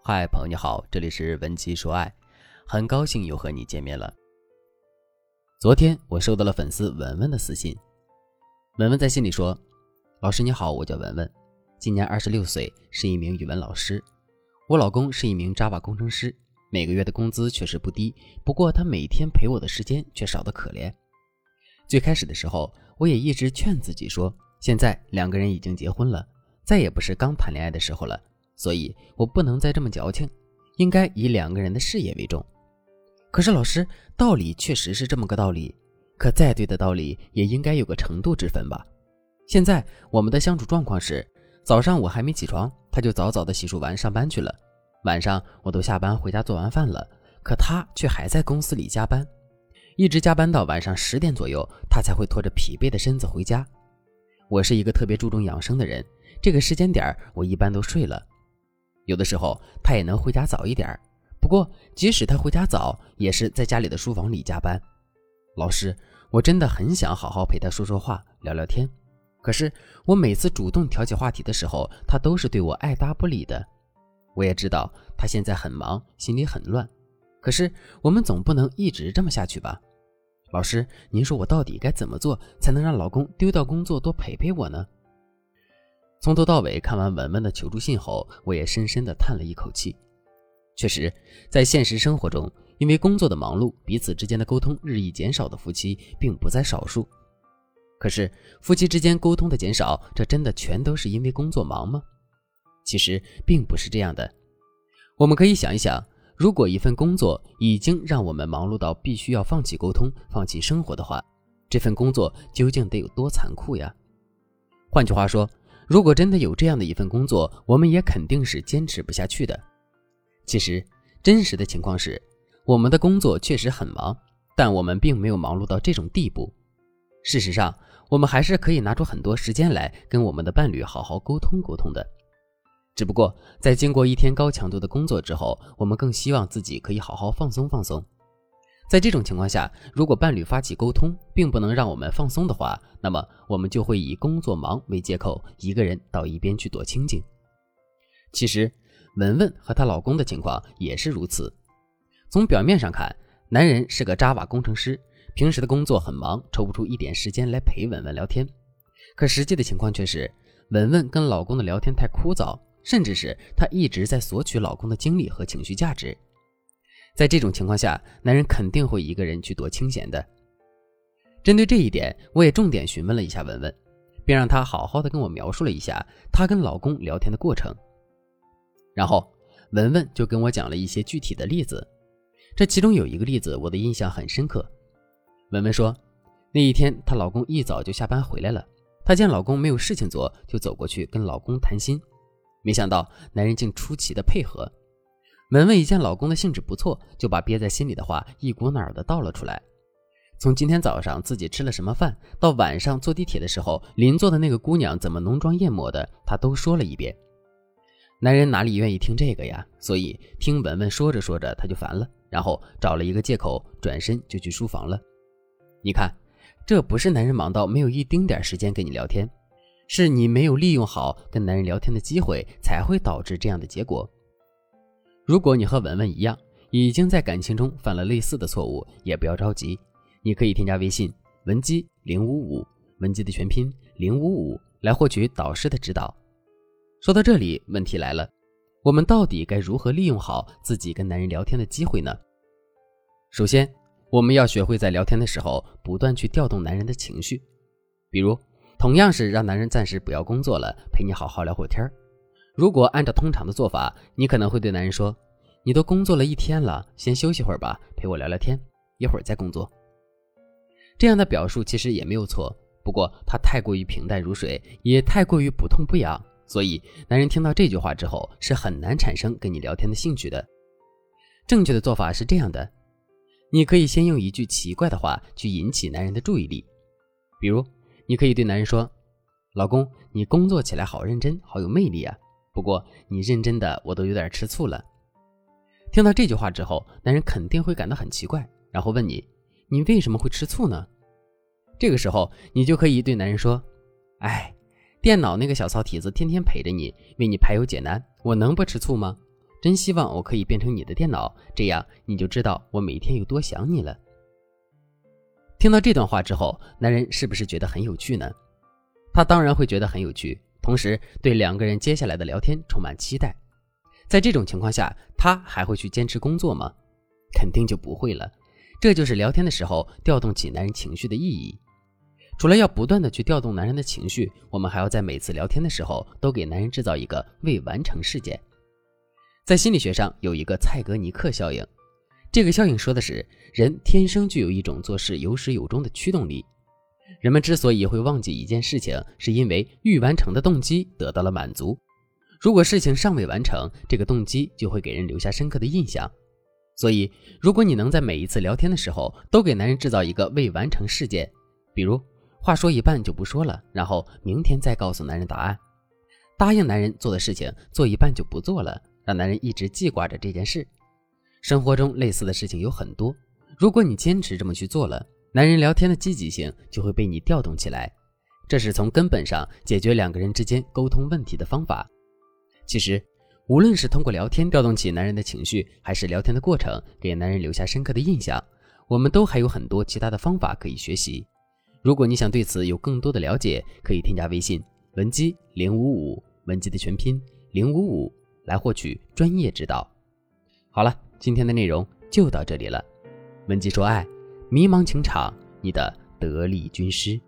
嗨，朋友你好，这里是文姬说爱，很高兴又和你见面了。昨天我收到了粉丝文文的私信，文文在信里说：老师你好，我叫文文，今年26岁，是一名语文老师。我老公是一名 Java 工程师，每个月的工资确实不低，不过他每天陪我的时间却少得可怜。最开始的时候，我也一直劝自己说，现在两个人已经结婚了，再也不是刚谈恋爱的时候了，所以我不能再这么矫情，应该以两个人的事业为重。可是老师，道理确实是这么个道理，可再对的道理也应该有个程度之分吧。现在我们的相处状况是，早上我还没起床，他就早早的洗漱完上班去了，晚上我都下班回家做完饭了，可他却还在公司里加班，一直加班到晚上10点左右，他才会拖着疲惫的身子回家。我是一个特别注重养生的人，这个时间点我一般都睡了。有的时候他也能回家早一点，不过即使他回家早，也是在家里的书房里加班。老师，我真的很想好好陪他说说话，聊聊天，可是我每次主动挑起话题的时候，他都是对我爱答不理的。我也知道他现在很忙，心里很乱，可是我们总不能一直这么下去吧。老师，您说我到底该怎么做才能让老公丢掉工作多陪陪我呢？从头到尾看完文文的求助信后，我也深深地叹了一口气。确实，在现实生活中，因为工作的忙碌，彼此之间的沟通日益减少的夫妻并不在少数。可是夫妻之间沟通的减少，这真的全都是因为工作忙吗？其实并不是这样的。我们可以想一想，如果一份工作已经让我们忙碌到必须要放弃沟通，放弃生活的话，这份工作究竟得有多残酷呀？换句话说，如果真的有这样的一份工作，我们也肯定是坚持不下去的。其实真实的情况是，我们的工作确实很忙，但我们并没有忙碌到这种地步。事实上，我们还是可以拿出很多时间来跟我们的伴侣好好沟通沟通的。只不过在经过一天高强度的工作之后，我们更希望自己可以好好放松放松。在这种情况下，如果伴侣发起沟通并不能让我们放松的话，那么我们就会以工作忙为借口，一个人到一边去躲清静。其实文文和她老公的情况也是如此。从表面上看，男人是个 Java 工程师，平时的工作很忙，抽不出一点时间来陪文文聊天。可实际的情况却是，文文跟老公的聊天太枯燥，甚至是她一直在索取老公的精力和情绪价值。在这种情况下，男人肯定会一个人去躲清闲的。针对这一点，我也重点询问了一下文文，并让她好好的跟我描述了一下她跟老公聊天的过程。然后文文就跟我讲了一些具体的例子，这其中有一个例子我的印象很深刻。文文说，那一天她老公一早就下班回来了，她见老公没有事情做，就走过去跟老公谈心，没想到男人竟出奇的配合。文文一见老公的兴致不错，就把憋在心里的话一股脑的倒了出来。从今天早上自己吃了什么饭，到晚上坐地铁的时候邻座的那个姑娘怎么浓妆艳抹的，他都说了一遍。男人哪里愿意听这个呀，所以听文文说着说着他就烦了，然后找了一个借口转身就去书房了。你看，这不是男人忙到没有一丁点时间跟你聊天，是你没有利用好跟男人聊天的机会，才会导致这样的结果。如果你和文文一样，已经在感情中犯了类似的错误，也不要着急，你可以添加微信文姬055，文姬的全拼055，来获取导师的指导。说到这里，问题来了，我们到底该如何利用好自己跟男人聊天的机会呢？首先，我们要学会在聊天的时候不断去调动男人的情绪，比如同样是让男人暂时不要工作了，陪你好好聊会儿天。如果按照通常的做法，你可能会对男人说，你都工作了一天了，先休息会儿吧，陪我聊聊天，一会儿再工作。这样的表述其实也没有错，不过它太过于平淡如水，也太过于不痛不痒，所以男人听到这句话之后是很难产生跟你聊天的兴趣的。正确的做法是这样的，你可以先用一句奇怪的话去引起男人的注意力。比如你可以对男人说，老公，你工作起来好认真，好有魅力啊，不过你认真的我都有点吃醋了。听到这句话之后，男人肯定会感到很奇怪，然后问你为什么会吃醋呢？这个时候你就可以对男人说，哎，电脑那个小骚蹄子天天陪着你，为你排忧解难，我能不吃醋吗？ 真希望我可以变成你的电脑，这样你就知道我每天有多想你了。听到这段话之后，男人是不是觉得很有趣呢？他当然会觉得很有趣，同时对两个人接下来的聊天充满期待。在这种情况下，他还会去坚持工作吗？肯定就不会了。这就是聊天的时候调动起男人情绪的意义。除了要不断的去调动男人的情绪，我们还要在每次聊天的时候都给男人制造一个未完成事件。在心理学上有一个蔡格尼克效应，这个效应说的是人天生具有一种做事有始有终的驱动力。人们之所以会忘记一件事情，是因为欲完成的动机得到了满足。如果事情尚未完成，这个动机就会给人留下深刻的印象。所以如果你能在每一次聊天的时候都给男人制造一个未完成事件，比如话说一半就不说了，然后明天再告诉男人答案，答应男人做的事情做一半就不做了，让男人一直记挂着这件事。生活中类似的事情有很多，如果你坚持这么去做了，男人聊天的积极性就会被你调动起来，这是从根本上解决两个人之间沟通问题的方法。其实无论是通过聊天调动起男人的情绪，还是聊天的过程给男人留下深刻的印象，我们都还有很多其他的方法可以学习。如果你想对此有更多的了解，可以添加微信文姬055，文姬的全拼055，来获取专业指导。好了，今天的内容就到这里了。文姬说爱，迷茫情场，你的得力军师。